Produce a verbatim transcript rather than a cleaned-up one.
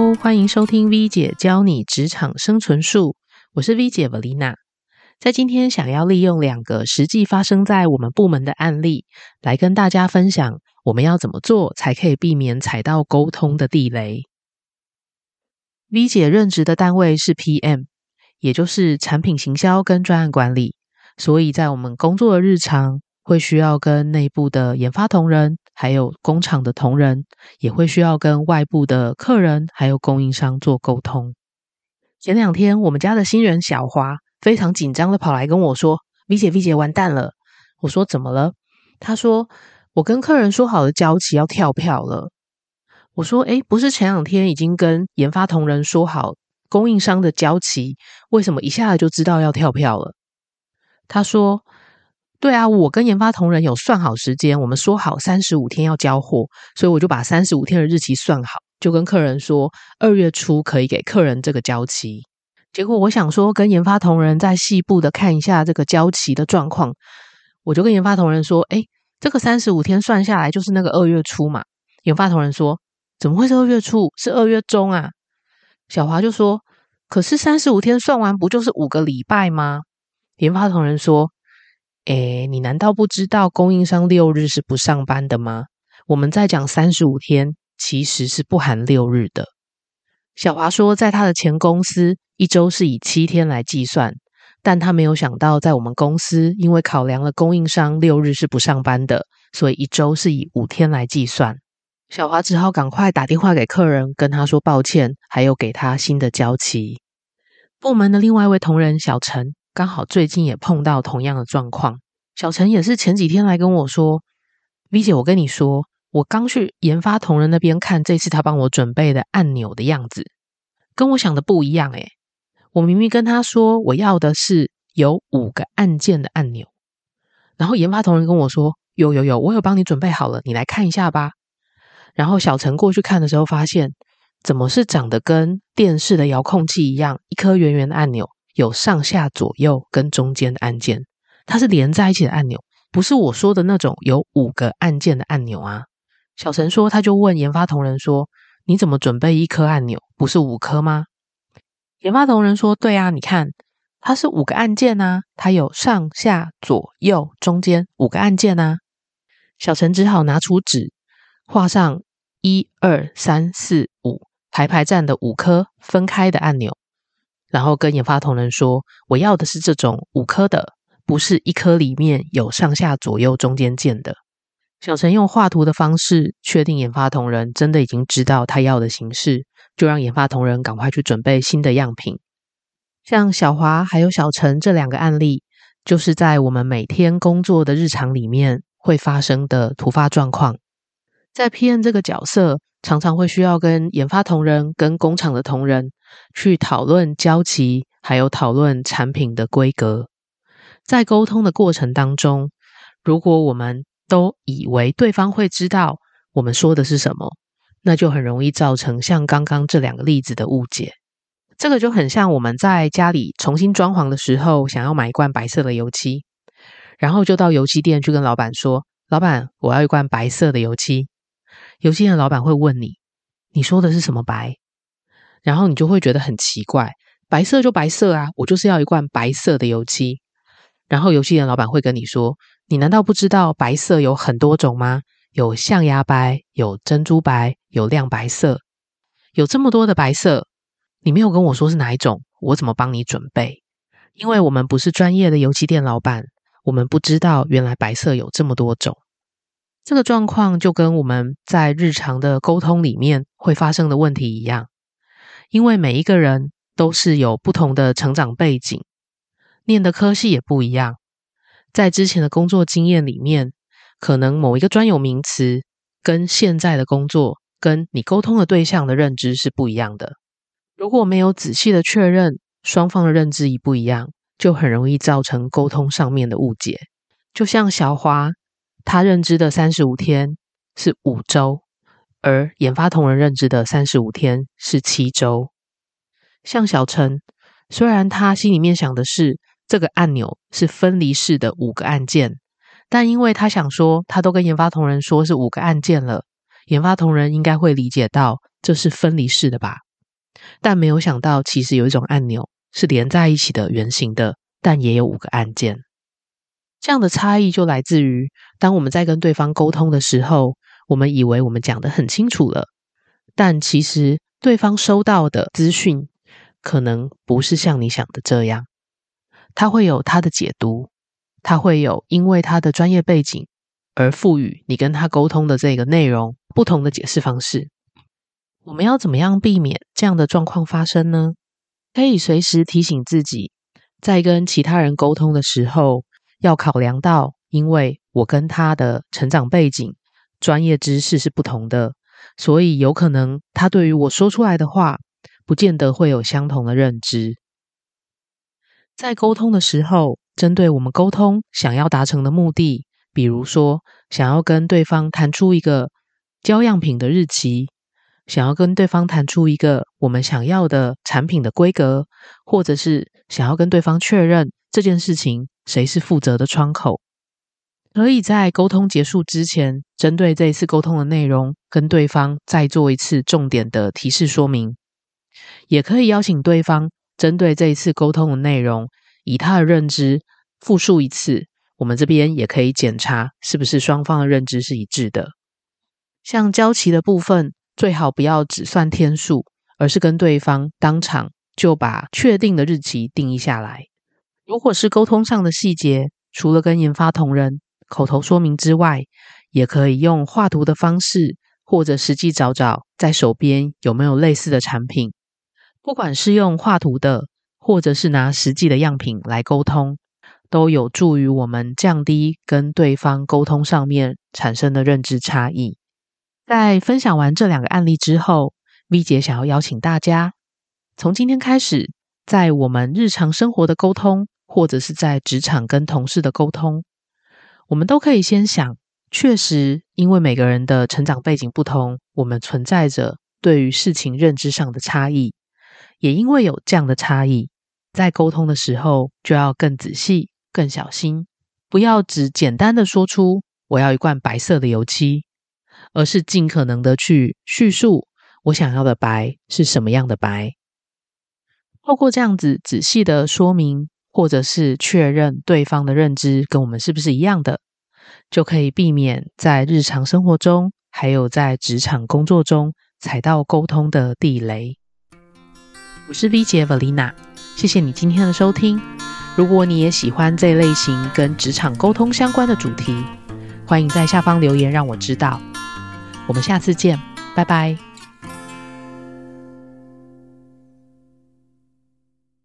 Hello， 欢迎收听 V 姐教你职场生存术，我是 V 姐 Valina。在今天想要利用两个实际发生在我们部门的案例，来跟大家分享我们要怎么做才可以避免踩到沟通的地雷。V 姐任职的单位是 P M， 也就是产品行销跟专案管理，所以在我们工作的日常会需要跟内部的研发同仁，还有工厂的同仁，也会需要跟外部的客人还有供应商做沟通。前两天我们家的新人小华非常紧张的跑来跟我说 V 姐 V 姐完蛋了。我说怎么了？他说我跟客人说好的交期要跳票了。我说诶，不是前两天已经跟研发同仁说好供应商的交期，为什么一下子就知道要跳票了？他说对啊，我跟研发同仁有算好时间，我们说好三十五天要交货，所以我就把三十五天的日期算好，就跟客人说二月初可以给客人这个交期。结果我想说跟研发同仁再细部的看一下这个交期的状况，我就跟研发同仁说诶，这个三十五天算下来就是那个二月初嘛。研发同仁说怎么会是二月初，是二月中啊。小华就说可是三十五天算完不就是五个礼拜吗？研发同仁说诶，你难道不知道供应商六日是不上班的吗？我们在讲三十五天其实是不含六日的。小华说在他的前公司一周是以七天来计算，但他没有想到在我们公司因为考量了供应商六日是不上班的，所以一周是以五天来计算。小华只好赶快打电话给客人跟他说抱歉，还有给他新的交期。部门的另外一位同仁小陈刚好最近也碰到同样的状况。小陈也是前几天来跟我说 V 姐我跟你说，我刚去研发同仁那边看这次他帮我准备的按钮的样子，跟我想的不一样诶。我明明跟他说我要的是有五个按键的按钮，然后研发同仁跟我说有有有，我有帮你准备好了，你来看一下吧。然后小陈过去看的时候发现怎么是长得跟电视的遥控器一样，一颗圆圆的按钮，有上下左右跟中间的按键，它是连在一起的按钮，不是我说的那种有五个按键的按钮啊。小陈说他就问研发同仁说你怎么准备一颗按钮，不是五颗吗？研发同仁说对啊，你看它是五个按键啊，它有上下左右中间五个按键啊。小陈只好拿出纸画上一二三四五排排站的五颗分开的按钮，然后跟研发同仁说我要的是这种五颗的，不是一颗里面有上下左右中间键的。小陈用画图的方式确定研发同仁真的已经知道他要的形式，就让研发同仁赶快去准备新的样品。像小华还有小陈这两个案例，就是在我们每天工作的日常里面会发生的突发状况。在 P M 这个角色常常会需要跟研发同仁跟工厂的同仁去讨论交期，还有讨论产品的规格。在沟通的过程当中，如果我们都以为对方会知道我们说的是什么，那就很容易造成像刚刚这两个例子的误解。这个就很像我们在家里重新装潢的时候，想要买一罐白色的油漆，然后就到油漆店去跟老板说，老板我要一罐白色的油漆。油漆店的老板会问你，你说的是什么白？然后你就会觉得很奇怪，白色就白色啊，我就是要一罐白色的油漆。然后油漆店的老板会跟你说，你难道不知道白色有很多种吗？有象牙白，有珍珠白，有亮白色，有这么多的白色，你没有跟我说是哪一种，我怎么帮你准备？因为我们不是专业的油漆店老板，我们不知道原来白色有这么多种。这个状况就跟我们在日常的沟通里面会发生的问题一样，因为每一个人都是有不同的成长背景，念的科系也不一样，在之前的工作经验里面，可能某一个专有名词跟现在的工作跟你沟通的对象的认知是不一样的。如果没有仔细的确认双方的认知一不一样，就很容易造成沟通上面的误解。就像小华他认知的三十五天是五周，而研发同仁认知的三十五天是七周。像小陈，虽然他心里面想的是这个按钮是分离式的五个按键，但因为他想说他都跟研发同仁说是五个按键了，研发同仁应该会理解到这是分离式的吧。 但没有想到其实有一种按钮是连在一起的圆形的，但也有五个按键。这样的差异就来自于当我们在跟对方沟通的时候，我们以为我们讲得很清楚了，但其实对方收到的资讯可能不是像你想的这样，他会有他的解读，他会有因为他的专业背景而赋予你跟他沟通的这个内容不同的解释方式。我们要怎么样避免这样的状况发生呢？可以随时提醒自己，在跟其他人沟通的时候，要考量到因为我跟他的成长背景、专业知识是不同的，所以有可能他对于我说出来的话不见得会有相同的认知。在沟通的时候，针对我们沟通想要达成的目的，比如说想要跟对方谈出一个交样品的日期，想要跟对方谈出一个我们想要的产品的规格，或者是想要跟对方确认这件事情谁是负责的窗口，可以在沟通结束之前，针对这一次沟通的内容跟对方再做一次重点的提示说明，也可以邀请对方针对这一次沟通的内容以他的认知复述一次，我们这边也可以检查是不是双方的认知是一致的。像交期的部分，最好不要只算天数，而是跟对方当场就把确定的日期定义下来。如果是沟通上的细节，除了跟研发同仁口头说明之外，也可以用画图的方式，或者实际找找在手边有没有类似的产品。不管是用画图的，或者是拿实际的样品来沟通，都有助于我们降低跟对方沟通上面产生的认知差异。在分享完这两个案例之后， V 姐想要邀请大家，从今天开始，在我们日常生活的沟通，或者是在职场跟同事的沟通，我们都可以先想，确实因为每个人的成长背景不同，我们存在着对于事情认知上的差异，也因为有这样的差异，在沟通的时候就要更仔细、更小心，不要只简单的说出我要一罐白色的油漆，而是尽可能的去叙述我想要的白是什么样的白。透过这样子仔细的说明，或者是确认对方的认知跟我们是不是一样的，就可以避免在日常生活中还有在职场工作中踩到沟通的地雷。我是 V 姐 Valina， 谢谢你今天的收听。如果你也喜欢这类型跟职场沟通相关的主题，欢迎在下方留言让我知道。我们下次见，拜拜。